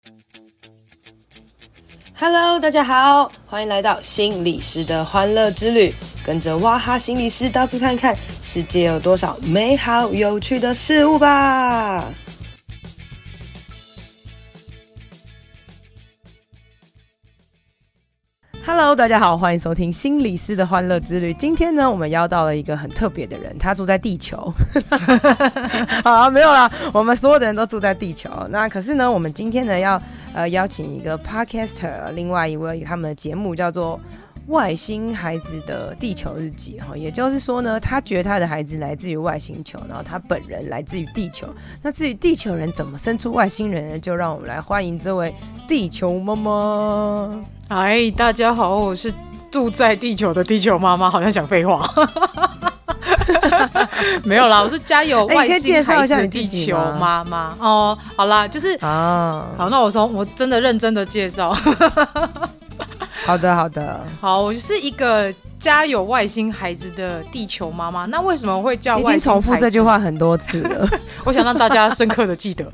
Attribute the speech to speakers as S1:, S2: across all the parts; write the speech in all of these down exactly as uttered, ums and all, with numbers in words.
S1: Hello， 大家好，欢迎来到心理师的欢乐之旅，跟着哇哈心理师到处看看，世界有多少美好有趣的事物吧。Hello， 大家好，欢迎收听心理师的欢乐之旅。今天呢，我们邀到了一个很特别的人，他住在地球。好，没有啦，我们所有的人都住在地球。那可是呢，我们今天呢要呃邀请一个 podcaster， 另外一位他们的节目叫做外星孩子的地球日记，也就是说呢，他觉得他的孩子来自于外星球，然后他本人来自于地球。那至于地球人怎么生出外星人呢？就让我们来欢迎这位地球妈妈。
S2: 嗨，大家好，我是住在地球的地球妈妈，好像讲废话。没有啦，我是家有外星孩子的地球妈妈。哦，好啦，就是啊，好，那我从我真的认真的介绍。
S1: 好的，好的，
S2: 好，我是一个家有外星孩子的地球妈妈。那为什么会叫外星孩子？
S1: 已经重复这句话很多次了。
S2: 我想让大家深刻的记得。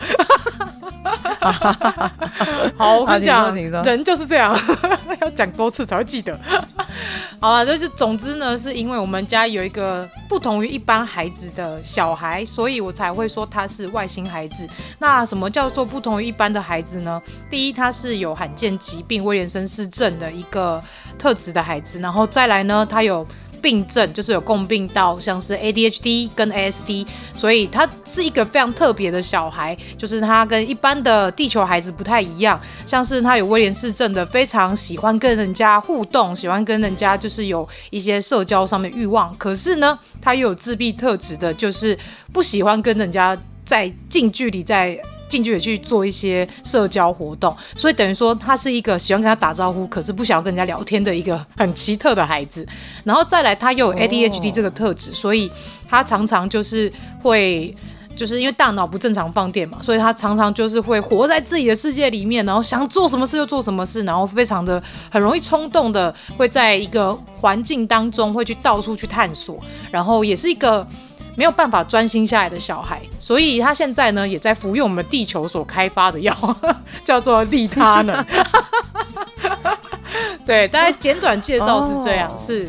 S2: 好，我跟你讲，人就是这样，要讲多次才会记得。好了，就是总之呢，是因为我们家有一个不同于一般孩子的小孩，所以我才会说他是外星孩子。那什么叫做不同于一般的孩子呢？第一，他是有罕见疾病威廉森氏症的一个特质的孩子，然后再来呢，他有病症，就是有共病到像是 A D H D 跟 A S D， 所以他是一个非常特别的小孩，就是他跟一般的地球孩子不太一样，像是他有威廉氏症的，非常喜欢跟人家互动，喜欢跟人家就是有一些社交上面欲望，可是呢，他又有自闭特质的，就是不喜欢跟人家在近距离在近距离去做一些社交活动，所以等于说他是一个喜欢跟他打招呼，可是不想要跟人家聊天的一个很奇特的孩子。然后再来，他又有 A D H D 这个特质， oh. 所以他常常就是会，就是因为大脑不正常放电嘛，所以他常常就是会活在自己的世界里面，然后想做什么事就做什么事，然后非常的很容易冲动的，会在一个环境当中会去到处去探索，然后也是一个没有办法专心下来的小孩，所以他现在呢也在服用我们地球所开发的药，叫做利他能。对，大概简短介绍是这样， oh. 是。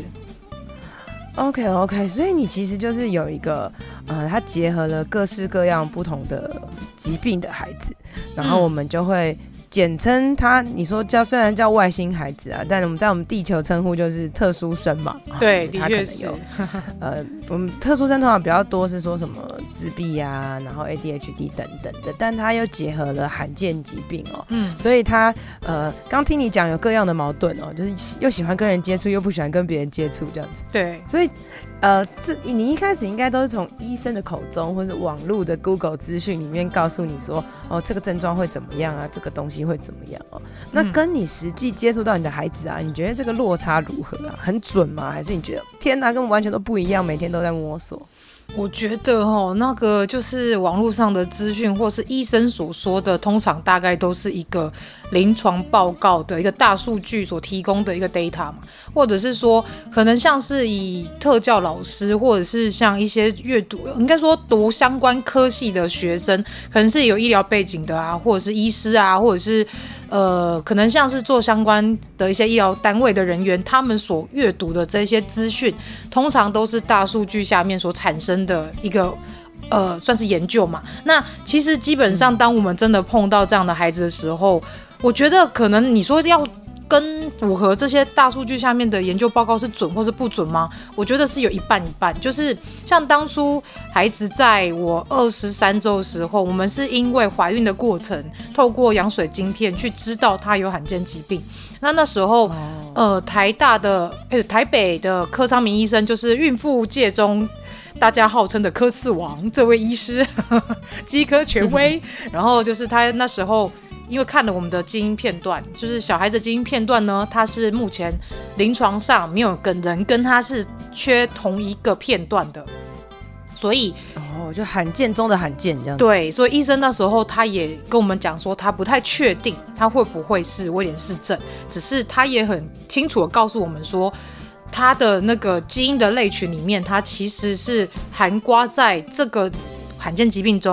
S1: OK OK， 所以你其实就是有一个呃，他结合了各式各样不同的疾病的孩子，然后我们就会简称他，你说叫虽然叫外星孩子啊，但我们在我们地球称呼就是特殊生嘛。
S2: 对，的确是。
S1: 呃，我们特殊生通常比较多是说什么自闭啊，然后 A D H D 等等的，但他又结合了罕见疾病哦，嗯，所以他呃，刚听你讲有各样的矛盾哦，就是又喜欢跟人接触，又不喜欢跟别人接触这样子。
S2: 对，
S1: 所以。呃，这你一开始应该都是从医生的口中，或是网络的 Google 资讯里面告诉你说，哦，这个症状会怎么样啊？这个东西会怎么样哦？那跟你实际接触到你的孩子啊，你觉得这个落差如何啊？很准吗？还是你觉得天哪，跟我完全都不一样，每天都在摸索？
S2: 我觉得齁，那个就是网络上的资讯，或是医生所说的，通常大概都是一个临床报告的一个大数据所提供的一个 data 嘛，或者是说，可能像是以特教老师，或者是像一些阅读，应该说读相关科系的学生，可能是有医疗背景的啊，或者是医师啊，或者是呃，可能像是做相关的一些医疗单位的人员，他们所阅读的这些资讯，通常都是大数据下面所产生的一个呃，算是研究嘛。那其实基本上，当我们真的碰到这样的孩子的时候，我觉得可能你说要跟符合这些大数据下面的研究报告是准或是不准吗？我觉得是有一半一半。就是像当初孩子在我二十三周的时候，我们是因为怀孕的过程，透过羊水晶片去知道他有罕见疾病。那那时候，呃，台大的、欸、台北的柯昌明医生，就是孕妇界中大家号称的科次王这位医师，基因科权威。然后就是他那时候因为看了我们的基因片段，就是小孩子基因片段呢，他是目前临床上没有跟人跟他是缺同一个片段的，所以
S1: 哦，就罕见中的罕见这样子。
S2: 对，所以医生那时候他也跟我们讲说，他不太确定他会不会是威廉氏症，只是他也很清楚的告诉我们说，他的那个基因的类群里面，它其实是含括在这个罕见疾病中。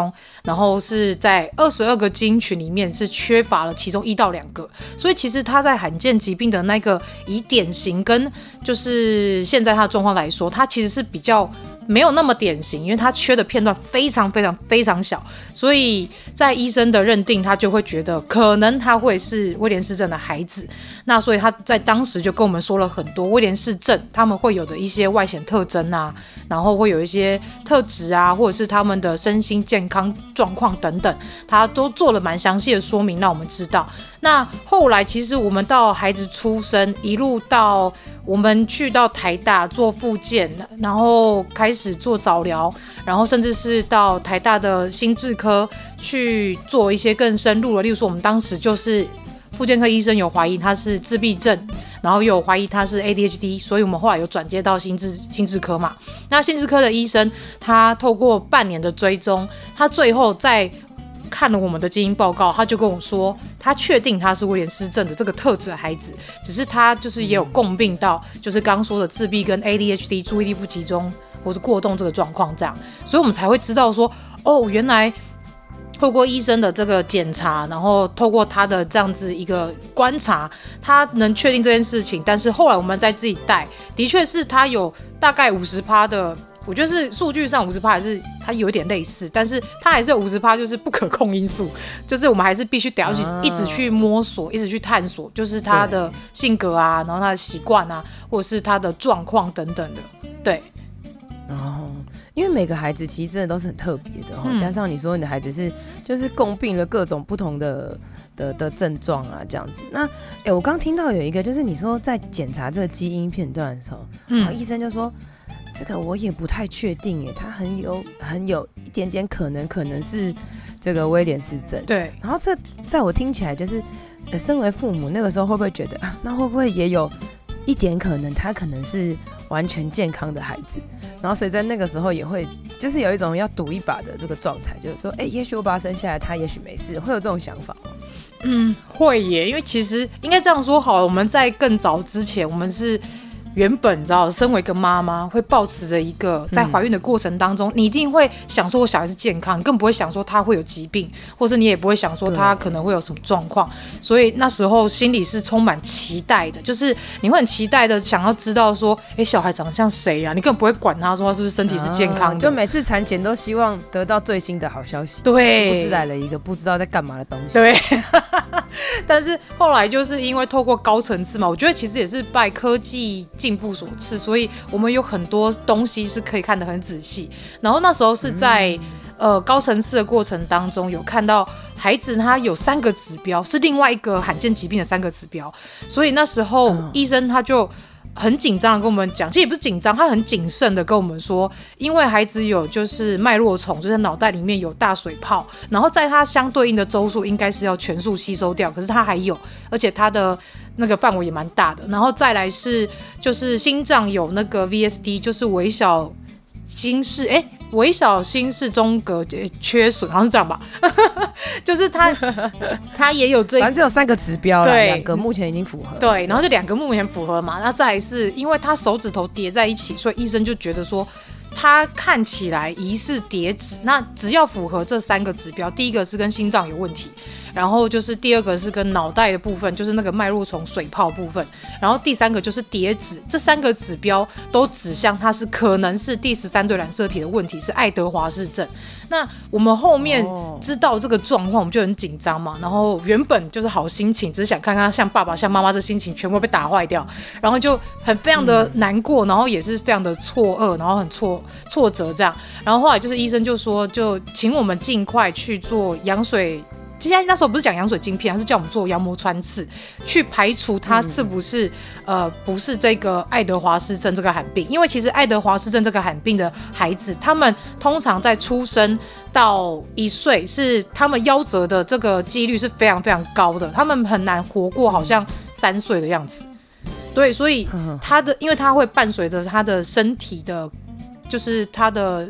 S2: 然后是在二十二个基因群里面是缺乏了其中一到两个，所以其实他在罕见疾病的那个以典型跟就是现在他的状况来说，他其实是比较没有那么典型，因为他缺的片段非常非常非常小，所以在医生的认定，他就会觉得可能他会是威廉氏症的孩子。那所以他在当时就跟我们说了很多威廉氏症他们会有的一些外显特征啊，然后会有一些特质啊，或者是他们的身心健康状况等等，他都做了蛮详细的说明让我们知道。那后来其实我们到孩子出生一路到我们去到台大做复健，然后开始做早疗，然后甚至是到台大的心智科去做一些更深入的，例如说我们当时就是复健科医生有怀疑他是自闭症，然后又有怀疑他是 A D H D， 所以我们后来有转接到心智心智科嘛。那心智科的医生他透过半年的追踪，他最后在看了我们的基因报告，他就跟我说他确定他是威廉氏症的这个特质的孩子，只是他就是也有共病到就是刚刚说的自闭跟 A D H D 注意力不集中或是过动这个状况这样，所以我们才会知道说哦，原来透过医生的这个检查，然后透过他的这样子一个观察，他能确定这件事情。但是后来我们在自己带，的确是他有大概 百分之五十 的，我觉得是数据上 百分之五十 还是它有点类似，但是它还是有 百分之五十 就是不可控因素，就是我们还是必须得要一直去摸索，一直去探索，就是他的性格啊，然后他的习惯啊，或者是他的状况等等的，对。
S1: 哦，因为每个孩子其实真的都是很特别的、哦嗯、加上你说你的孩子是就是共病了各种不同的的, 的症状啊，这样子。那哎，我刚听到有一个，就是你说在检查这个基因片段的时候，嗯、然后医生就说这个我也不太确定耶，他很有很有一点点可能可能是这个威廉氏症。
S2: 对，
S1: 然后这在我听起来就是，呃、身为父母那个时候会不会觉得啊，那会不会也有一点可能他可能是完全健康的孩子？然后所以在那个时候也会就是有一种要赌一把的这个状态，就是说，哎，也许我把他生下来，他也许没事，会有这种想法吗？
S2: 嗯，会耶，因为其实应该这样说好了，我们在更早之前，我们是原本你知道，身为一个妈妈，会抱持着一个在怀孕的过程当中、嗯，你一定会想说我小孩是健康，你更不会想说他会有疾病，或是你也不会想说他可能会有什么状况，所以那时候心里是充满期待的，就是你会很期待的想要知道说，哎，小孩长得像谁啊？你根本不会管他说他是不是身体是健康的、啊，
S1: 就每次产检都希望得到最新的好消息，
S2: 对，
S1: 殊不知来了一个不知道在干嘛的东西，
S2: 对。但是后来就是因为透过高层次嘛，我觉得其实也是拜科技进步所赐，所以我们有很多东西是可以看得很仔细。然后那时候是在、嗯、呃高层次的过程当中，有看到孩子他有三个指标是另外一个罕见疾病的三个指标，所以那时候、嗯、医生他就很紧张的跟我们讲，其实也不是紧张，他很谨慎的跟我们说，因为孩子有就是脉络虫，就是脑袋里面有大水泡，然后在他相对应的周数应该是要全数吸收掉，可是他还有，而且他的那个范围也蛮大的，然后再来是就是心脏有那个 V S D， 就是微小心室哎。微小心室中隔缺损，好像是这样吧？就是他，他也有这，
S1: 反正只有三个指标啦，两个目前已经符合。
S2: 对，然后就两个目前符合嘛。那再来是因为他手指头叠在一起，所以医生就觉得说，他看起来疑似叠指。那只要符合这三个指标，第一个是跟心脏有问题，然后就是第二个是跟脑袋的部分，就是那个脉络虫水泡部分，然后第三个就是叠指，这三个指标都指向它是可能是第十三对染色体的问题，是爱德华氏症。那我们后面知道这个状况，我们就很紧张嘛，然后原本就是好心情，只是想看看像爸爸像妈妈这心情全部被打坏掉，然后就很非常的难过，然后也是非常的错愕，然后很挫挫折这样，然后后来就是医生就说，就请我们尽快去做羊水。其实那时候不是讲羊水晶片，而是叫我们做羊膜穿刺，去排除它是不是、嗯、呃不是这个爱德华氏症这个罕病。因为其实爱德华氏症这个罕病的孩子，他们通常在出生到一岁，是他们夭折的这个几率是非常非常高的，他们很难活过好像三岁的样子。对，所以他的，因为他会伴随着他的身体的，就是他的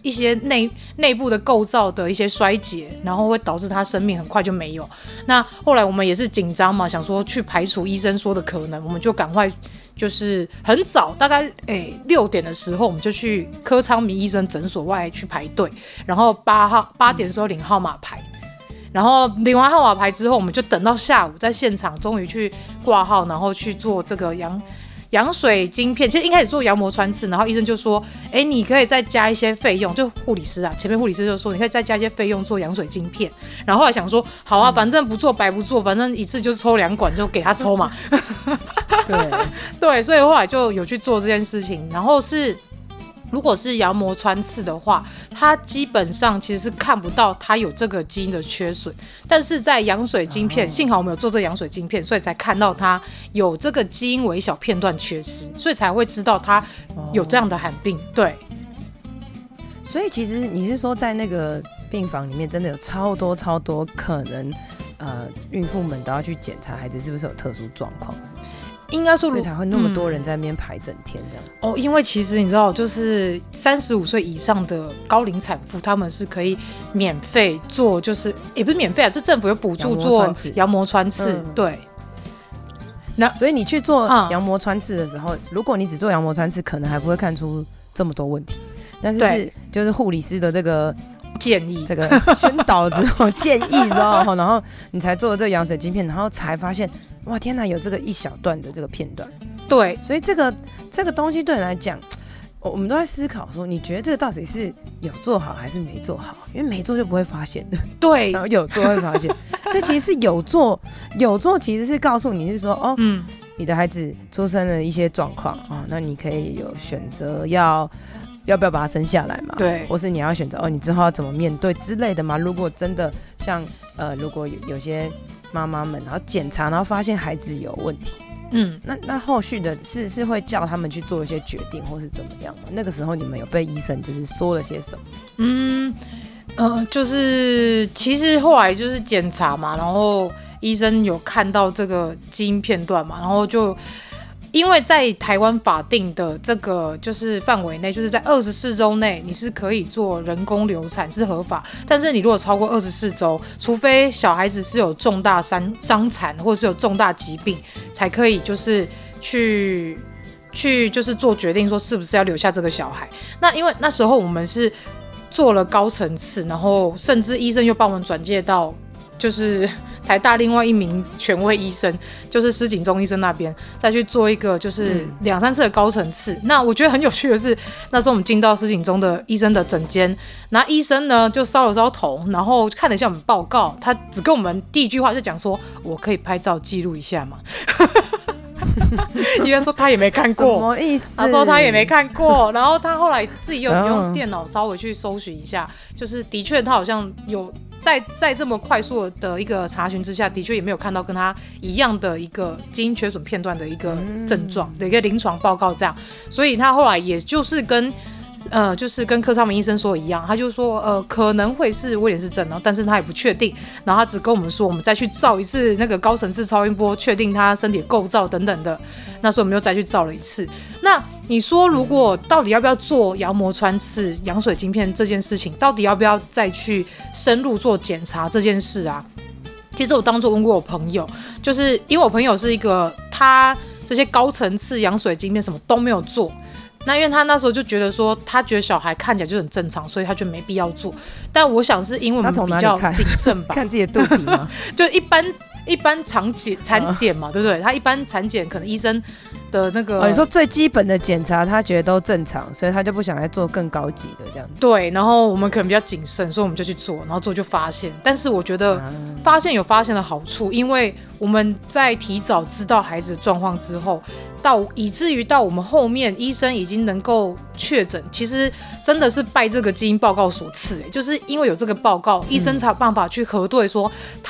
S2: 一些内内部的构造的一些衰竭，然后会导致他生命很快就没有。那后来我们也是紧张嘛，想说去排除医生说的可能，我们就赶快就是很早，大概诶六点的时候，我们就去柯昌明医生诊所外去排队，然后八号八点的时候领号码牌。然后领完号码牌之后，我们就等到下午，在现场终于去挂号，然后去做这个羊羊水晶片。其实一开始做羊膜穿刺，然后医生就说：“哎，你可以再加一些费用。”就护理师啊，前面护理师就说：“你可以再加一些费用做羊水晶片。”然后后来想说：“好啊，反正不做白不做，反正一次就抽两管，就给他抽嘛。”
S1: 对
S2: 对，所以后来就有去做这件事情。然后是。如果是羊膜穿刺的话，它基本上其实是看不到它有这个基因的缺损，但是在羊水晶片，哦、幸好我们有做这个羊水晶片，所以才看到它有这个基因微小片段缺失，所以才会知道它有这样的罕病。对，
S1: 所以其实你是说在那个病房里面真的有超多超多可能，呃，孕妇们都要去检查孩子是不是有特殊状况，是不是？
S2: 应该说，
S1: 所以才会那么多人在那边排整天这样、
S2: 嗯、哦。因为其实你知道，就是三十五岁以上的高龄产妇，他们是可以免费做，就是也不是免费啊，这政府有补助做羊膜穿刺。嗯、对。
S1: 那所以你去做羊膜穿刺的时候、嗯，如果你只做羊膜穿刺，可能还不会看出这么多问题。但是是就是护理师的这个
S2: 建议，
S1: 这个宣导之后建议之后，然后你才做了这个羊水晶片，然后才发现。哇天哪，有这个一小段的这个片段，
S2: 对，
S1: 所以这个这个东西对你来讲，我们都在思考说，你觉得这个到底是有做好还是没做好？因为没做就不会发现的，
S2: 对，
S1: 然后有做会发现，所以其实是有做，有做其实是告诉你是说，哦，嗯，你的孩子出生了一些状况啊、哦，那你可以有选择要。要不要把它生下来嘛？
S2: 对，
S1: 或是你要选择哦，你之后要怎么面对之类的嘛？如果真的像呃，如果 有, 有些妈妈们然后检查，然后发现孩子有问题，嗯，那那后续的是是会叫他们去做一些决定，或是怎么样吗？那个时候你们有被医生就是说了些什么？
S2: 嗯，呃，就是其实后来就是检查嘛，然后医生有看到这个基因片段嘛，然后就。因为在台湾法定的这个就是范围内，就是在二十四周内，你是可以做人工流产是合法。但是你如果超过二十四周，除非小孩子是有重大伤伤残或者是有重大疾病，才可以就是去去就是做决定说是不是要留下这个小孩。那因为那时候我们是做了高层次，然后甚至医生又帮我们转介到就是。台大另外一名权威医生，就是施景忠医生那边，再去做一个就是两三次的高层次。嗯、那我觉得很有趣的是，那时候我们进到施景忠的医生的诊间，然后医生呢就搔了搔头，然后看了一下我们报告，他只跟我们第一句话就讲说：“我可以拍照记录一下吗？”医生说他也没看过，
S1: 什么意思？
S2: 他说他也没看过，然后他后来自己有用电脑稍微去搜寻一下，就是的确他好像有。在在这么快速的一个查询之下，的确也没有看到跟他一样的一个基因缺损片段的一个症状的一个临床报告这样，所以他后来也就是跟呃就是跟柯昌明医生说的一样，他就说呃可能会是威廉氏症，然后但是他也不确定，然后他只跟我们说我们再去照一次那个高层次超音波，确定他身体的构造等等的，那时候我们又再去照了一次。那你说如果到底要不要做羊膜穿刺、羊水晶片这件事情，到底要不要再去深入做检查这件事啊？其实我当作问过我朋友，就是因为我朋友是一个他这些高层次羊水晶片什么都没有做，那因为他那时候就觉得说他觉得小孩看起来就很正常，所以他就没必要做。但我想是因为我们比较谨慎吧，
S1: 看自己的肚皮吗？
S2: 就一般一般产检产检嘛，对不对？他一般产检可能医生的那个、
S1: 哦、你说最基本的检查他觉得都正常，所以他就不想来做更高级的这样子。
S2: 对，然后我们可能比较谨慎，所以我们就去做，然后做就发现。但是我觉得发现有发现的好处，因为我们在提早知道孩子的状况之后，到以至于到我们后面医生已经能够确诊，其实真的是拜这个基因报告所赐、欸、就是因为有这个报告，医生才有办法去核对说他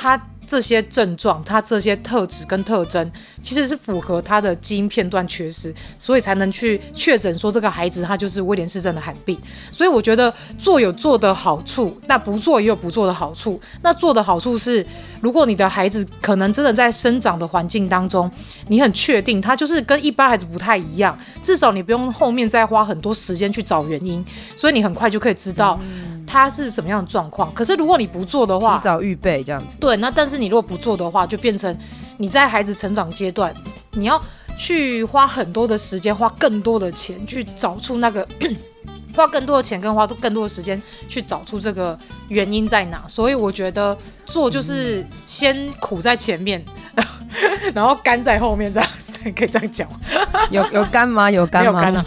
S2: 这些症状，它这些特质跟特征其实是符合他的基因片段缺失，所以才能去确诊说这个孩子他就是威廉氏症的罕病。所以我觉得做有做的好处，那不做也有不做的好处。那做的好处是，如果你的孩子可能真的在生长的环境当中，你很确定他就是跟一般孩子不太一样，至少你不用后面再花很多时间去找原因，所以你很快就可以知道他是什么样的状况。可是如果你不做的话，
S1: 提早预备这样子。
S2: 对，那但是你如果不做的话，就变成你在孩子成长阶段，你要去花很多的时间，花更多的钱去找出那个花更多的钱跟花更多的时间去找出这个原因在哪。所以我觉得做就是先苦在前面，嗯、然后甘在后面，这样可以这样讲。
S1: 有有甘吗？有甘吗？
S2: 没有甘啊。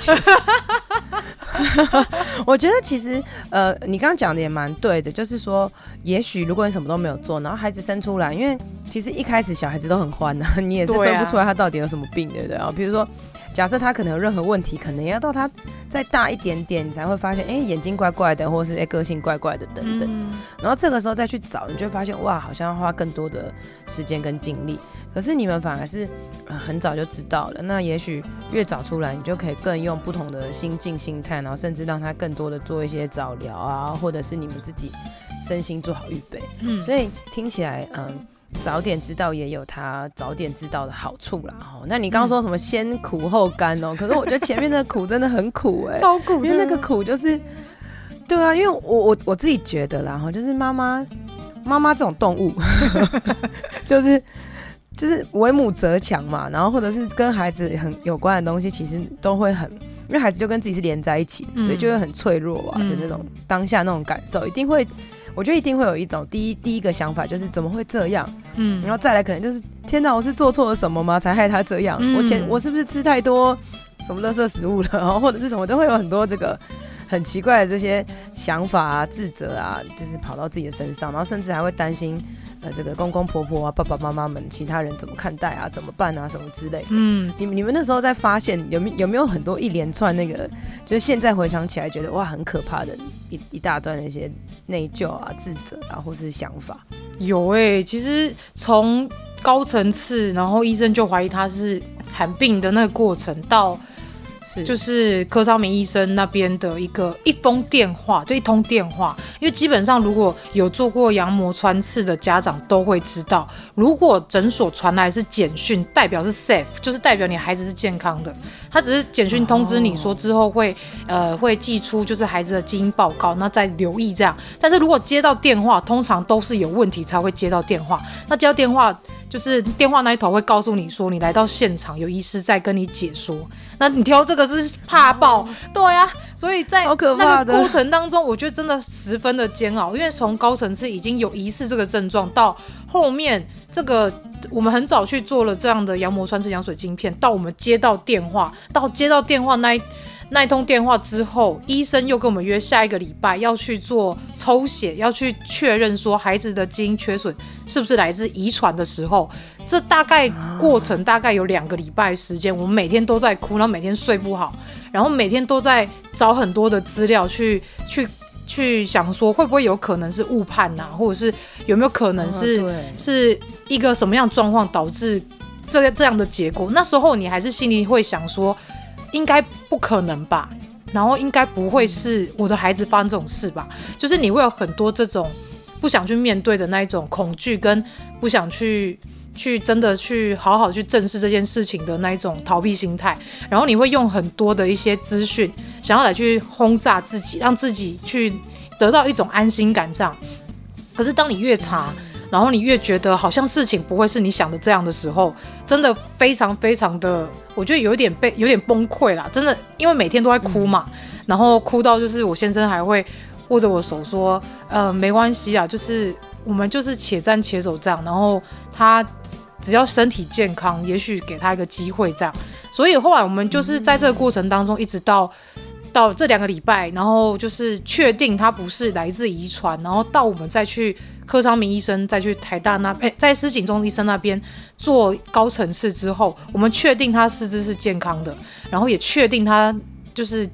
S1: 我觉得其实呃，你刚刚讲的也蛮对的，就是说，也许如果你什么都没有做，然后孩子生出来，因为其实一开始小孩子都很欢啊，你也是分不出来他到底有什么病，对不对啊？比如说，假设他可能有任何问题，可能要到他再大一点点，你才会发现，哎，眼睛怪怪的，或是哎个性怪怪的等等。嗯、然后这个时候再去找，你就会发现，哇，好像要花更多的时间跟精力。可是你们反而是、呃、很早就知道了，那也许越早出来，你就可以更用不同的心境、心态，然后甚至让他更多的做一些早疗啊，或者是你们自己身心做好预备。嗯，所以听起来，嗯。早点知道也有他早点知道的好处啦。哦、那你刚刚说什么先苦后甘哦？可是我觉得前面的苦真的很苦哎、欸，
S2: 超苦，
S1: 因为那个苦就是，对啊，因为我我我自己觉得啦，哈，就是妈妈妈妈这种动物，就是就是为母则强嘛，然后或者是跟孩子很有关的东西，其实都会很，因为孩子就跟自己是连在一起的，嗯、所以就会很脆弱啊的那种、嗯、当下那种感受，一定会。我觉得一定会有一种第一第一个想法就是怎么会这样，嗯，然后再来可能就是天哪，我是做错了什么吗？才害他这样？嗯、我前我是不是吃太多什么垃圾食物了？然后或者是什么，都会有很多这个很奇怪的这些想法啊、自责啊，就是跑到自己的身上，然后甚至还会担心呃这个公公婆婆啊、爸爸妈妈们其他人怎么看待啊、怎么办啊什么之类的。嗯，你你们那时候在发现有没有没有很多一连串那个，就是现在回想起来觉得哇很可怕的一一大段那些内疚啊、自责啊，或是想法。
S2: 有哎、欸，其实从高层次，然后医生就怀疑他是罕病的那个过程到。就是柯昌明医生那边的一个一封电话，就一通电话，因为基本上如果有做过羊膜穿刺的家长都会知道，如果诊所传来是简讯，代表是 safe， 就是代表你孩子是健康的。他只是简讯通知你说之后会、哦、呃会寄出就是孩子的基因报告，那再留意这样。但是如果接到电话，通常都是有问题才会接到电话。那接到电话就是电话那一头会告诉你说你来到现场，有医师在跟你解说。那你挑这个是不是怕爆？哦、对啊，所以在那个过程当中，我觉得真的十分的煎熬，因为从高层次已经有疑似这个症状，到后面这个我们很早去做了这样的羊膜穿刺羊水晶片，到我们接到电话，到接到电话那一那一通电话之后，医生又跟我们约下一个礼拜要去做抽血，要去确认说孩子的基因缺损是不是来自遗传的时候，这大概过程大概有两个礼拜时间，我们每天都在哭，然後每天睡不好，然后每天都在找很多的资料去去去想说会不会有可能是误判啊，或者是有没有可能是、哦、是一个什么样的状况导致这个这样的结果。那时候你还是心里会想说应该不可能吧，然后应该不会是我的孩子发生这种事吧，就是你会有很多这种不想去面对的那一种恐惧，跟不想去去真的去好好去正视这件事情的那一种逃避心态，然后你会用很多的一些资讯想要来去轰炸自己，让自己去得到一种安心感这样。可是当你越查，然后你越觉得好像事情不会是你想的这样的时候，真的非常非常的，我觉得有点被有点崩溃啦，真的，因为每天都在哭嘛，嗯、然后哭到就是我先生还会握着我手说，呃，没关系啊，就是我们就是且战且走这样，然后他只要身体健康，也许给他一个机会这样。所以后来我们就是在这个过程当中，一直到到这两个礼拜，然后就是确定他不是来自遗传，然后到我们再去柯昌明医生再去台大那边，在施景中医生那边做高层次之后，我们确定他四肢是健康的，然后也确定他就是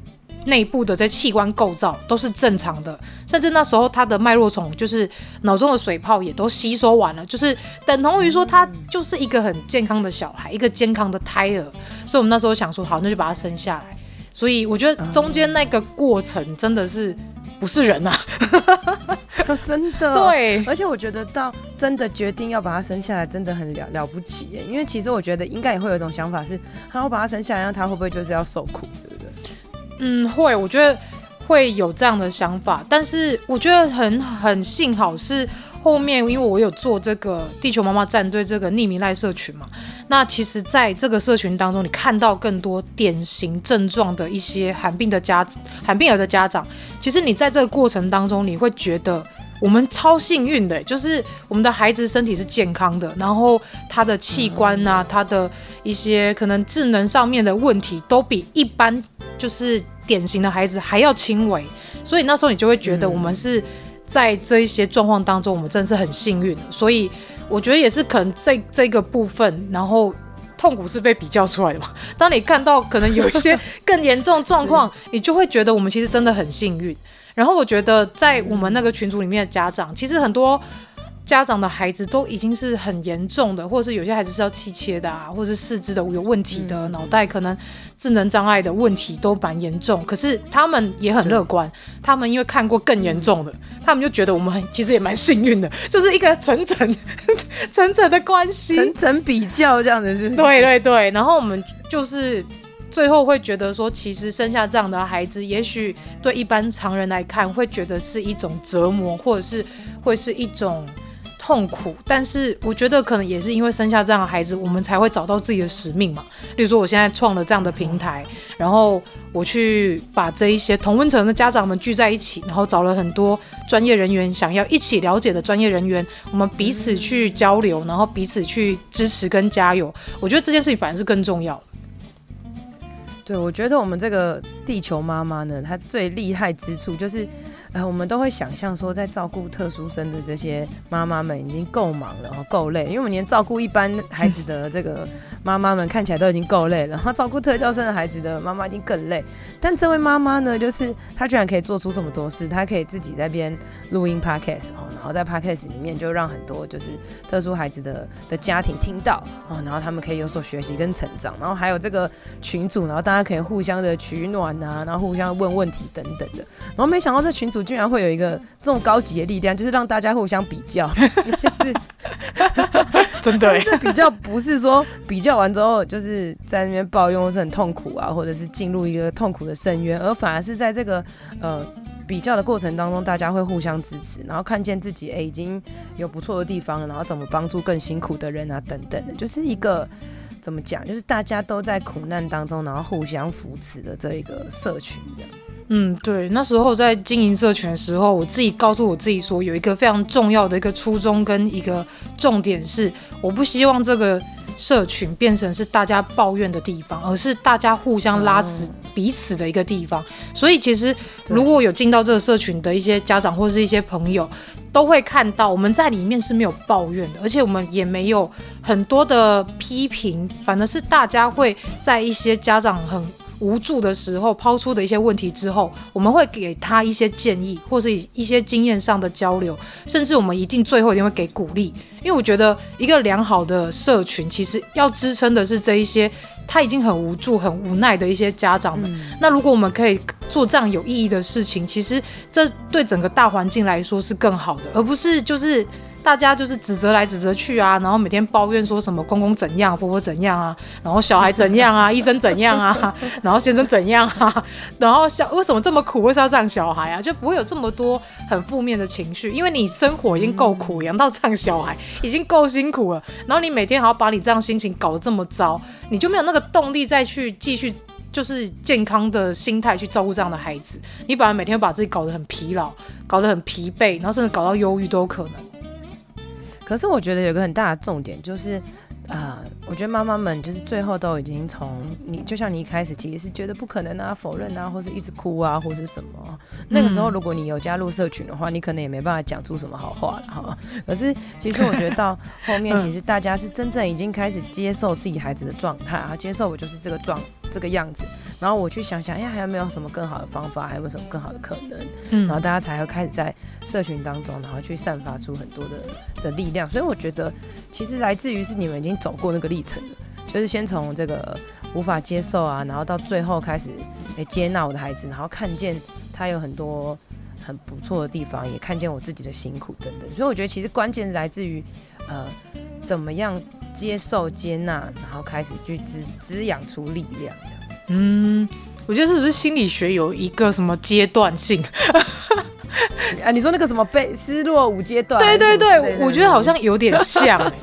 S2: 内部的这器官构造都是正常的，甚至那时候他的脉络丛就是脑中的水泡也都吸收完了，就是等同于说他就是一个很健康的小孩，一个健康的胎儿。所以我们那时候想说好，那就把他生下来。所以我觉得中间那个过程真的是不是人啊
S1: 真的
S2: 对，
S1: 而且我觉得到真的决定要把他生下来真的很 了, 了不起耶，因为其实我觉得应该也会有一种想法是，他我把他生下来，他会不会就是要受苦，对不对？
S2: 嗯，会，我觉得会有这样的想法，但是我觉得很很幸好是后面，因为我有做这个地球妈妈战队这个匿名赖社群嘛，那其实在这个社群当中，你看到更多典型症状的一些罕病的家罕病儿的家长，其实你在这个过程当中，你会觉得我们超幸运的，就是我们的孩子身体是健康的，然后他的器官啊，他的一些可能智能上面的问题都比一般就是典型的孩子还要轻微，所以那时候你就会觉得我们是在这一些状况当中，我们真的是很幸运的。所以我觉得也是可能这这个部分，然后痛苦是被比较出来的嘛。当你看到可能有一些更严重的状况，你就会觉得我们其实真的很幸运。然后我觉得在我们那个群组里面的家长，其实很多家长的孩子都已经是很严重的，或者是有些孩子是要气切的啊，或者是四肢的有问题的，脑袋可能智能障碍的问题都蛮严重，可是他们也很乐观，他们因为看过更严重的，他们就觉得我们很其实也蛮幸运的，就是一个层层层层的关系，
S1: 层层比较这样子，是不是？
S2: 对对对，然后我们就是最后会觉得说，其实生下这样的孩子，也许对一般常人来看会觉得是一种折磨，或者是会是一种痛苦，但是我觉得可能也是因为生下这样的孩子，我们才会找到自己的使命嘛。例如说我现在创了这样的平台，然后我去把这一些同温层的家长们聚在一起，然后找了很多专业人员，想要一起了解的专业人员，我们彼此去交流，然后彼此去支持跟加油，我觉得这件事情反而是更重要的。
S1: 对，我觉得我们这个地球妈妈呢，她最厉害之处就是，呃，我们都会想象说，在照顾特殊生的这些妈妈们已经够忙了，够累，因为我们连照顾一般孩子的这个妈妈们看起来都已经够累了，然后照顾特教生的孩子的妈妈一定更累。但这位妈妈呢，就是她居然可以做出这么多事，她可以自己在边录音 podcast， 然后在 podcast 里面就让很多就是特殊孩子的的家庭听到，然后他们可以有所学习跟成长，然后还有这个群组，然后大家可以互相的取暖啊，然后互相问问题等等的。然后没想到这群组居然会有一个这种高级的力量，就是让大家互相比较，
S2: 真的。
S1: 这比较不是说比较完之后就是在那边抱怨或是很痛苦啊，或者是进入一个痛苦的深渊，而反而是在这个呃比较的过程当中，大家会互相支持，然后看见自己哎已经有不错的地方了，然后怎么帮助更辛苦的人啊等等的，就是一个。怎么讲？就是大家都在苦难当中，然后互相扶持的这一个社群这样子。
S2: 嗯，对。那时候在经营社群的时候，我自己告诉我自己说，有一个非常重要的一个初衷跟一个重点是，我不希望这个社群变成是大家抱怨的地方，而是大家互相拉扯彼此的一个地方。哦、所以其实如果有进到这个社群的一些家长或是一些朋友，都会看到我们在里面是没有抱怨的，而且我们也没有很多的批评，反而是大家会在一些家长很无助的时候抛出的一些问题之后，我们会给他一些建议，或是一些经验上的交流，甚至我们一定最后一定会给鼓励。因为我觉得一个良好的社群其实要支撑的是这一些他已经很无助很无奈的一些家长们、嗯、那如果我们可以做这样有意义的事情，其实这对整个大环境来说是更好的，而不是就是大家就是指责来指责去啊，然后每天抱怨说什么公公怎样婆婆怎样啊，然后小孩怎样啊医生怎样啊然后先生怎样啊，然后小为什么这么苦，为什么要这样小孩啊，就不会有这么多很负面的情绪，因为你生活已经够苦，养到这样小孩已经够辛苦了，然后你每天还要把你这样心情搞得这么糟，你就没有那个动力再去继续就是健康的心态去照顾这样的孩子，你反而每天把自己搞得很疲劳，搞得很疲惫，然后甚至搞到忧郁都有可能。
S1: 可是我觉得有个很大的重点就是，呃，我觉得妈妈们就是最后都已经从你，就像你一开始其实是觉得不可能啊、否认啊，或是一直哭啊，或是什么。那个时候如果你有加入社群的话，你可能也没办法讲出什么好话了哈。可是其实我觉得到后面，其实大家是真正已经开始接受自己孩子的状态啊，接受我就是这个状这个样子，然后我去想想，哎，还有没有什么更好的方法，还有没有什么更好的可能，嗯、然后大家才会开始在社群当中，然后去散发出很多的的力量。所以我觉得，其实来自于是你们已经走过那个历程了，就是先从这个无法接受啊，然后到最后开始哎接纳我的孩子，然后看见他有很多很不错的地方，也看见我自己的辛苦等等。所以我觉得其实关键来自于呃怎么样接受接纳，然后开始去滋滋养出力量这样子。
S2: 嗯，我觉得是不是心理学有一个什么阶段性？
S1: 啊，你说那个什么被失落五阶段？
S2: 对对对，我觉得好像有点像、欸。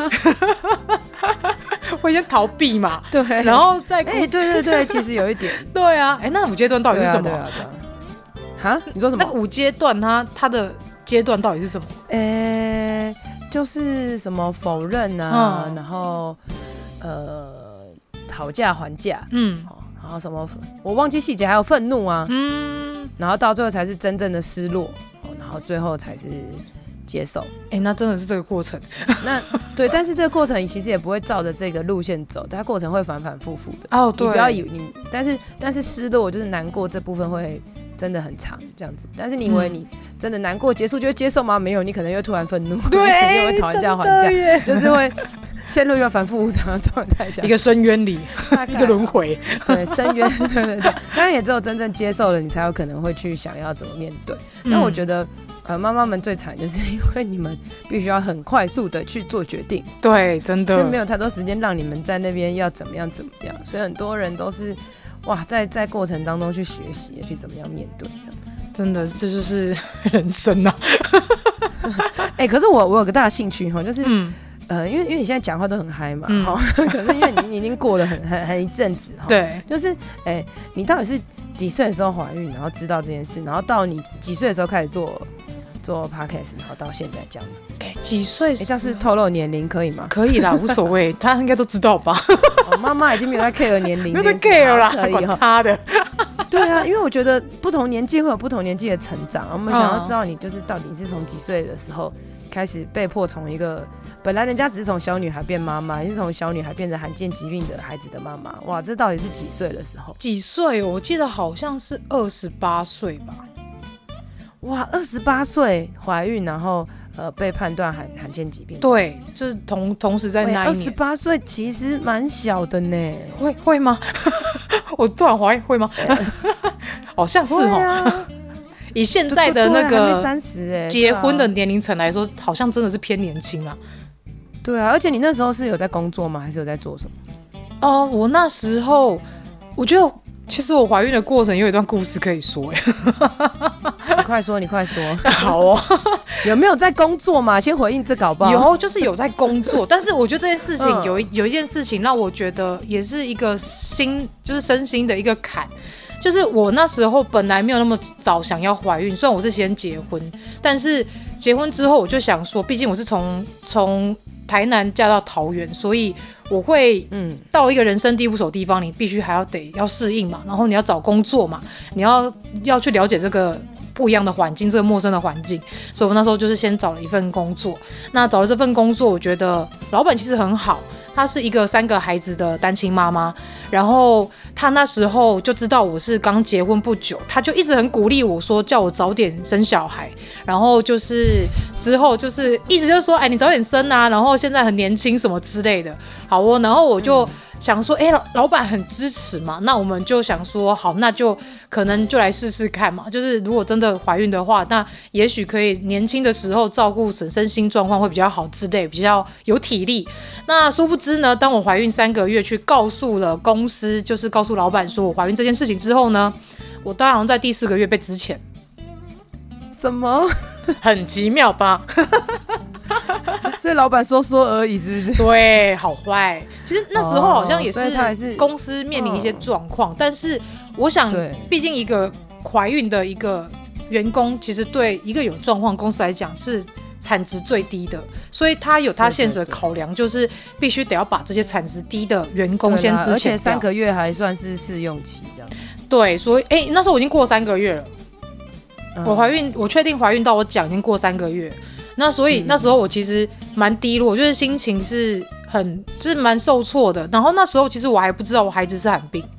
S2: 会先逃避嘛，
S1: 对，
S2: 然后再哎、
S1: 欸，对对对，其实有一点，
S2: 对啊，哎、欸，那五阶段到底是什么？
S1: 对啊，对啊，对啊，哈，你说什么？
S2: 那五阶段它它的阶段到底是什么？
S1: 哎、欸，就是什么否认啊，嗯、然后呃讨价还价，嗯，然后什么我忘记细节，还有愤怒啊，嗯，然后到最后才是真正的失落，然后最后才是接受。
S2: 哎、欸，那真的是这个过程。
S1: 那对，但是这个过程你其实也不会照着这个路线走，它过程会反反复复的。
S2: 哦，对，
S1: 你不要以为你，但是但是失落就是难过这部分会真的很长这样子。但是你以为你真的难过结束就会接受吗？没有，你可能又突然愤怒，
S2: 对，
S1: 又会讨价还价，就是会陷入一个反复无常的状态，
S2: 一个深渊里，一个轮回。
S1: 对，深渊，对对对。当然也只有真正接受了，你才有可能会去想要怎么面对。但、嗯、我觉得。呃，妈妈们最惨就是因为你们必须要很快速的去做决定，
S2: 对，真的，
S1: 所以没有太多时间让你们在那边要怎么样怎么样，所以很多人都是哇，在在过程当中去学习，去怎么样面对这样子，
S2: 真的这就是人生啊。
S1: 哎、欸，可是我我有个大兴趣哈，就是、嗯、呃，因为因为你现在讲话都很嗨嘛，哈、嗯，可是因为你你已经过了很很很一阵子哈，
S2: 对，
S1: 就是哎、欸，你到底是几岁的时候怀孕，然后知道这件事，然后到你几岁的时候开始做？做 podcast， 然后到现在这样子，
S2: 哎、欸，几岁？
S1: 哎，像是透露年龄可以吗？
S2: 可以啦，无所谓，他应该都知道吧？
S1: 妈妈、哦、已经没有在 care 年龄，
S2: 没有在 care 啦，可以管他的。
S1: 对啊，因为我觉得不同年纪会有不同年纪的成长，我们想要知道你就是到底是从几岁的时候开始被迫从一个本来人家只是从小女孩变妈妈，是从小女孩变成罕见疾病的孩子的妈妈，哇，这到底是几岁的时候？
S2: 几岁？我记得好像是二十八岁吧。
S1: 哇，二十八岁怀孕，然后呃被判断罕罕见疾病。
S2: 对，就是同同时在那一年。
S1: 二十八岁其实蛮小的呢。
S2: 会会吗？我突然怀疑会吗？好像是哦。啊、以现在的那个结婚的年龄层来说，好像真的是偏年轻啦。
S1: 对啊，而且你那时候是有在工作吗？还是有在做什么？
S2: 哦、呃，我那时候我觉得。其实我怀孕的过程有一段故事可以说，
S1: 你快说，你快说。
S2: 好哦，
S1: 有没有在工作嘛？先回应这个好不好？
S2: 有，就是有在工作，但是我觉得这件事情有一、嗯、有一件事情让我觉得也是一个心，就是身心的一个坎。就是我那时候本来没有那么早想要怀孕，虽然我是先结婚，但是结婚之后我就想说，毕竟我是从从台南嫁到桃园，所以我会嗯到一个人生地不熟的地方，你必须还要得要适应嘛，然后你要找工作嘛，你要要去了解这个不一样的环境，这个陌生的环境，所以我那时候就是先找了一份工作。那找了这份工作，我觉得老板其实很好。她是一个三个孩子的单亲妈妈，然后她那时候就知道我是刚结婚不久，她就一直很鼓励我说叫我早点生小孩，然后就是之后就是一直就说哎你早点生啊，然后现在很年轻什么之类的。好哦，然后我就想说哎、欸、老板很支持嘛，那我们就想说好，那就可能就来试试看嘛，就是如果真的怀孕的话，那也许可以年轻的时候照顾身心状况会比较好之类，比较有体力。那殊不知呢，当我怀孕三个月去告诉了公司，就是告诉老板说我怀孕这件事情之后呢，我当然在第四个月被资遣。
S1: 什么？
S2: 很奇妙吧？
S1: 所以老板说说而已，是不是？
S2: 对，好坏。其实那时候好像也是公司面临一些状况、哦，但是我想，毕竟一个怀孕的一个员工，其实对一个有状况公司来讲是产值最低的，所以他有他现实的考量，就是必须得要把这些产值低的员工先资遣掉，
S1: 而且三个月还算是试用期这样子。
S2: 对，所以哎、欸，那时候我已经过三个月了。嗯、我怀孕，我确定怀孕到我讲已经过三个月，那所以、嗯、那时候我其实蛮低落，就是心情是很就是蛮受挫的。然后那时候其实我还不知道我孩子是罕病，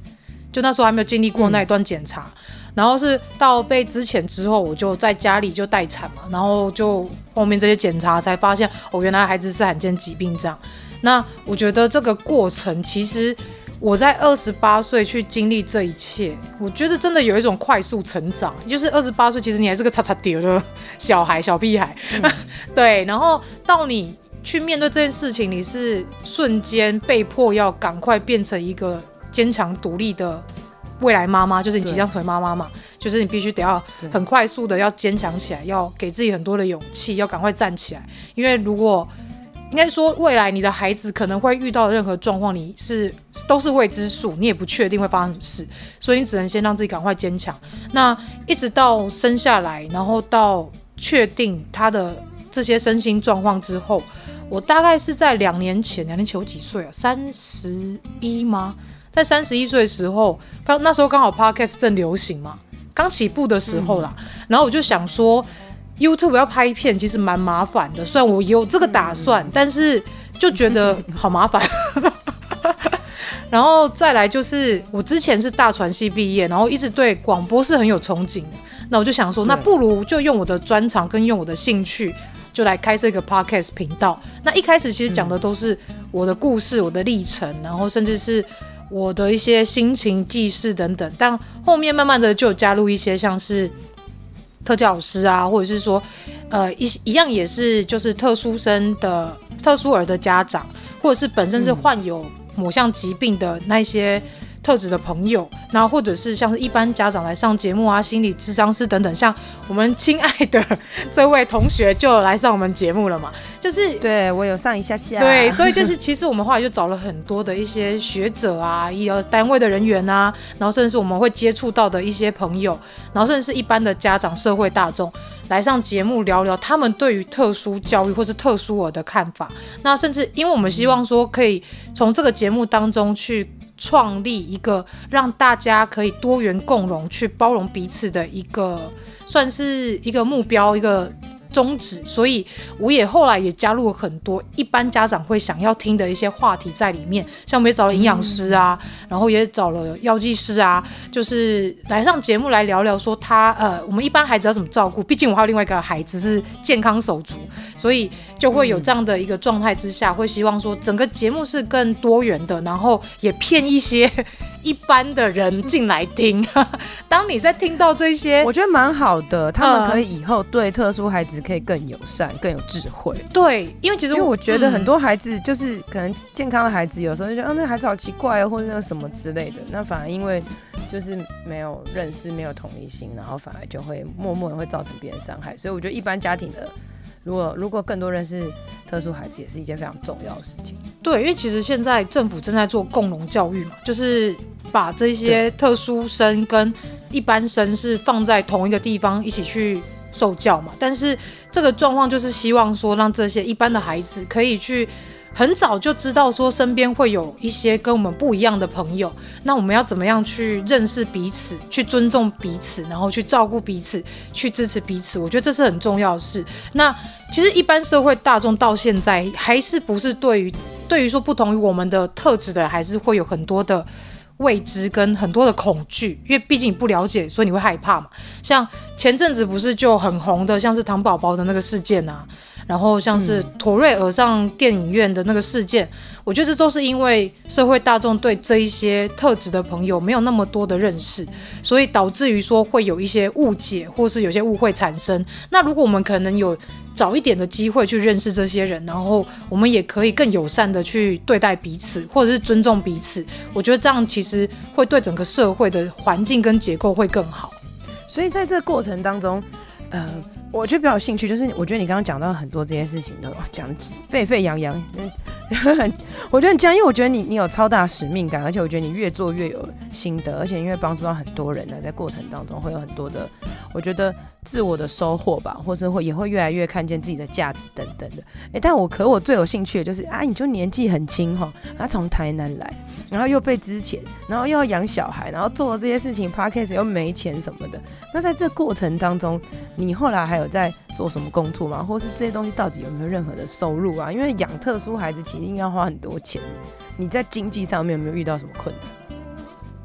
S2: 就那时候还没有经历过那一段检查、嗯，然后是到被之前之后，我就在家里就待产嘛，然后就后面这些检查才发现，哦，原来孩子是罕见疾病这样。那我觉得这个过程，其实我在二十八岁去经历这一切，我觉得真的有一种快速成长。就是二十八岁，其实你还是个叉叉丢的小孩、小屁孩，嗯、对。然后到你去面对这件事情，你是瞬间被迫要赶快变成一个坚强独立的未来妈妈，就是你即将成为妈妈嘛，就是你必须得要很快速的要坚强起来，要给自己很多的勇气，要赶快站起来。因为如果应该说未来你的孩子可能会遇到的任何状况，你是都是未知数，你也不确定会发生什么事，所以你只能先让自己赶快坚强。那一直到生下来，然后到确定他的这些身心状况之后，我大概是在两年前，两年前我几岁啊？三十一吗？在三十一岁的时候，刚那时候刚好 podcast 正流行嘛，刚起步的时候啦、嗯，然后我就想说 YouTube 要拍片其实蛮麻烦的，虽然我有这个打算，嗯、但是就觉得好麻烦。然后再来就是我之前是大传系毕业，然后一直对广播是很有憧憬的，那我就想说，那不如就用我的专长跟用我的兴趣，就来开设一个 podcast 频道。那一开始其实讲的都是我的故事、嗯、我的历程，然后甚至是我的一些心情记事等等，但后面慢慢的就有加入一些像是特教老师啊，或者是说呃 一, 一样也是就是特殊生的特殊儿的家长，或者是本身是患有某项疾病的那些特质的朋友，然后或者是像是一般家长来上节目啊，心理咨商师等等，像我们亲爱的这位同学就来上我们节目了嘛，就是
S1: 对我有上一下下，
S2: 对，所以就是其实我们后来就找了很多的一些学者啊，医疗单位的人员啊，然后甚至是我们会接触到的一些朋友，然后甚至是一般的家长、社会大众来上节目聊聊他们对于特殊教育或是特殊儿的看法。那甚至因为我们希望说可以从这个节目当中去创立一个让大家可以多元共融去包容彼此的一个算是一个目标，一个宗旨，所以我也后来也加入了很多一般家长会想要听的一些话题在里面，像我们也找了营养师啊、嗯、然后也找了药剂师啊，就是来上节目来聊聊说他呃，我们一般孩子要怎么照顾，毕竟我还有另外一个孩子是健康手足，所以就会有这样的一个状态之下、嗯、会希望说整个节目是更多元的，然后也骗一些一般的人进来听。当你在听到这些，
S1: 我觉得蛮好的，他们可以以后对特殊孩子可以更友善、更有智慧。
S2: 对，因为其实
S1: 我, 因为我觉得很多孩子就是可能健康的孩子，有时候就觉得、嗯、那孩子好奇怪哦，或者那个什么之类的。那反而因为就是没有认识、没有同理心，然后反而就会默默的会造成别人伤害。所以我觉得一般家庭的。如果, 如果更多认识特殊孩子也是一件非常重要的事情。
S2: 对，因为其实现在政府正在做共融教育嘛，就是把这些特殊生跟一般生是放在同一个地方一起去受教嘛，但是这个状况就是希望说让这些一般的孩子可以去很早就知道说身边会有一些跟我们不一样的朋友，那我们要怎么样去认识彼此，去尊重彼此，然后去照顾彼此，去支持彼此，我觉得这是很重要的事。那其实一般社会大众到现在还是不是对于对于说不同于我们的特质的，还是会有很多的未知跟很多的恐惧，因为毕竟你不了解，所以你会害怕嘛。像前阵子不是就很红的像是糖宝宝的那个事件啊，然后像是妥瑞尔上电影院的那个事件、嗯、我觉得这都是因为社会大众对这一些特质的朋友没有那么多的认识，所以导致于说会有一些误解或是有些误会产生。那如果我们可能有早一点的机会去认识这些人，然后我们也可以更友善的去对待彼此，或者是尊重彼此，我觉得这样其实会对整个社会的环境跟结构会更好。
S1: 所以在这个过程当中呃，我觉得比较有兴趣，就是我觉得你刚刚讲到很多这些事情都讲得沸沸扬扬，我觉得很这样，因为我觉得你你有超大使命感，而且我觉得你越做越有心得，而且因为帮助到很多人呢，在过程当中会有很多的，我觉得自我的收获吧，或是会也会越来越看见自己的价值等等的。哎，但我可我最有兴趣的就是啊，你就年纪很轻哈，他从台南来，然后又被资遣，然后又要养小孩，然后做这些事情 ，podcast 又没钱什么的。那在这个过程当中，你后来还有在做什么工作吗？或是这些东西到底有没有任何的收入啊？因为养特殊孩子其实应该要花很多钱，你在经济上面有没有遇到什么困难？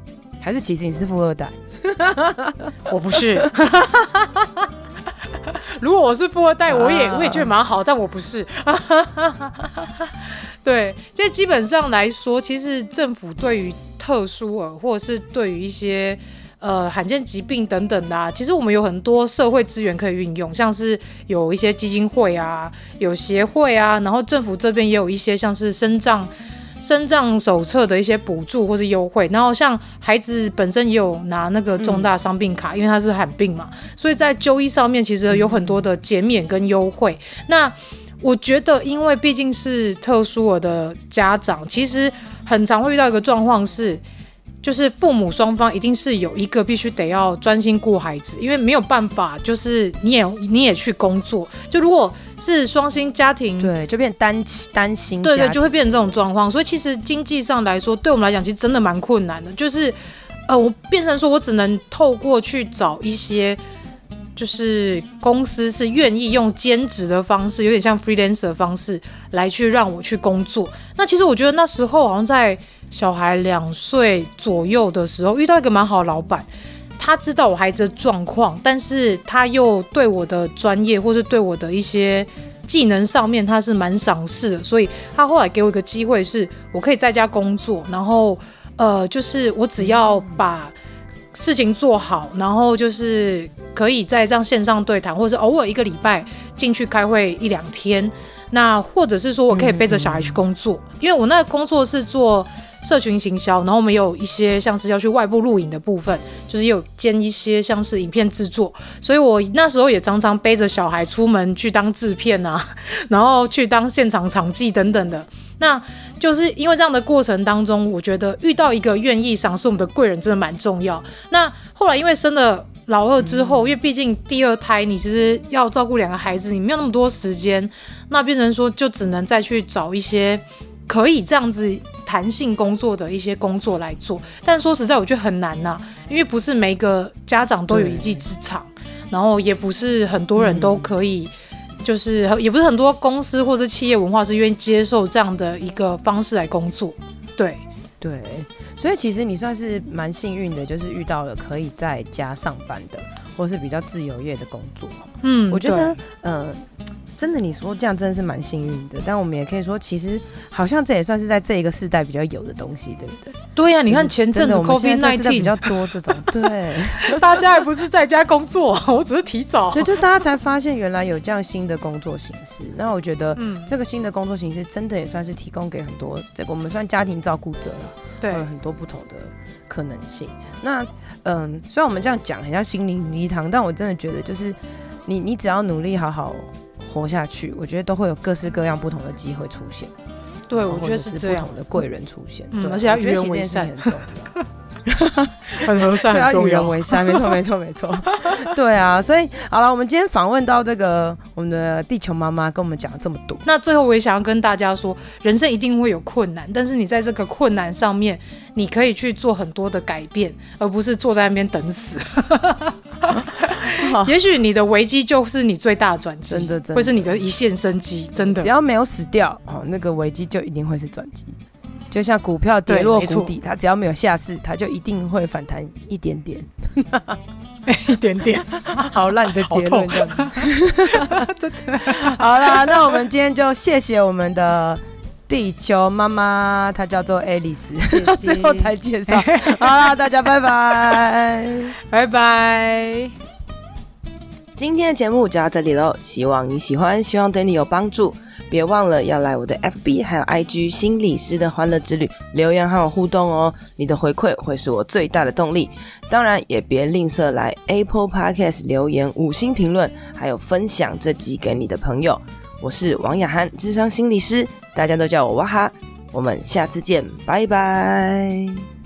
S1: 还是其实你是富二代？
S2: 我不是。如果我是富二代，我也我也觉得蛮好，但我不是。对，这基本上来说，其实政府对于特殊儿或者是对于一些呃罕见疾病等等的、啊，其实我们有很多社会资源可以运用，像是有一些基金会啊，有协会啊，然后政府这边也有一些像是身障。身障手册的一些补助或是优惠，然后像孩子本身也有拿那个重大伤病卡、嗯、因为他是罕病嘛，所以在就医上面其实有很多的减免跟优惠、嗯、那我觉得因为毕竟是特殊儿的家长，其实很常会遇到一个状况是就是父母双方一定是有一个必须得要专心顾孩子，因为没有办法就是你也你也去工作，就如果是双薪家庭，
S1: 对，就变单单薪家庭，
S2: 对对，就会变成这种状况。所以其实经济上来说，对我们来讲，其实真的蛮困难的。就是呃，我变成说我只能透过去找一些，就是公司是愿意用兼职的方式，有点像 freelancer 的方式来去让我去工作。那其实我觉得那时候好像在小孩两岁左右的时候，遇到一个蛮好的老板。他知道我孩子的状况，但是他又对我的专业或是对我的一些技能上面他是蛮赏识的，所以他后来给我一个机会，是我可以在家工作，然后呃，就是我只要把事情做好，然后就是可以在这样线上对谈，或者是偶尔一个礼拜进去开会一两天，那或者是说我可以背着小孩去工作，嗯嗯因为我那个工作是做社群行销，然后我们有一些像是要去外部录影的部分，就是有兼一些像是影片制作，所以我那时候也常常背着小孩出门去当制片啊，然后去当现场场记等等的。那就是因为这样的过程当中，我觉得遇到一个愿意赏识我们的贵人真的蛮重要。那后来因为生了老二之后，因为毕竟第二胎你其实要照顾两个孩子，你没有那么多时间，那变成说就只能再去找一些可以这样子弹性工作的一些工作来做，但说实在我觉得很难啊，因为不是每个家长都有一技之长，然后也不是很多人都可以、嗯、就是也不是很多公司或者企业文化是愿意接受这样的一个方式来工作。对
S1: 对，所以其实你算是蛮幸运的，就是遇到了可以在家上班的或是比较自由业的工作。嗯，我觉得呃真的你说这样真的是蛮幸运的，但我们也可以说其实好像这也算是在这一个世代比较有的东西，对不对？
S2: 对呀、啊，你看前阵子 COVID 十九
S1: 比较多这种，对，
S2: 大家还不是在家工作，我只是提早，
S1: 对，就大家才发现原来有这样新的工作形式。那我觉得这个新的工作形式真的也算是提供给很多这个我们算家庭照顾者了，对，有很多不同的可能性。那嗯，虽然我们这样讲很像心灵鸡汤，但我真的觉得就是你你只要努力好好活下去，我觉得都会有各式各样不同的机会出现。
S2: 对，我觉得是这样，
S1: 不同的贵人出现，
S2: 嗯、而且要与人为善，
S1: 很重要。
S2: 很和善，很重要，
S1: 与人为善，没错，没错，没错。对啊，所以好了，我们今天访问到这个我们的地球妈妈，跟我们讲了这么多。
S2: 那最后我也想要跟大家说，人生一定会有困难，但是你在这个困难上面，你可以去做很多的改变，而不是坐在那边等死。也许你的危机就是你最大的转机，真的，真的会是你的一线生机，真的。
S1: 只要没有死掉，哦，那个危机就一定会是转机。就像股票跌落谷底，它只要没有下市，它就一定会反弹一点点，
S2: 一点点，
S1: 好烂的结论这样子。好啦，那我们今天就谢谢我们的地球妈妈，她叫做 Alice， 最后才介绍。好啦，大家拜拜，
S2: 拜拜。
S1: 今天的节目就到这里咯，希望你喜欢，希望对你有帮助。别忘了要来我的 F B 还有 I G 心理师的欢乐之旅留言和我互动哦，你的回馈会是我最大的动力。当然也别吝啬来 Apple Podcast 留言五星评论，还有分享这集给你的朋友。我是王雅涵，諮商心理师，大家都叫我哇哈，我们下次见，拜拜。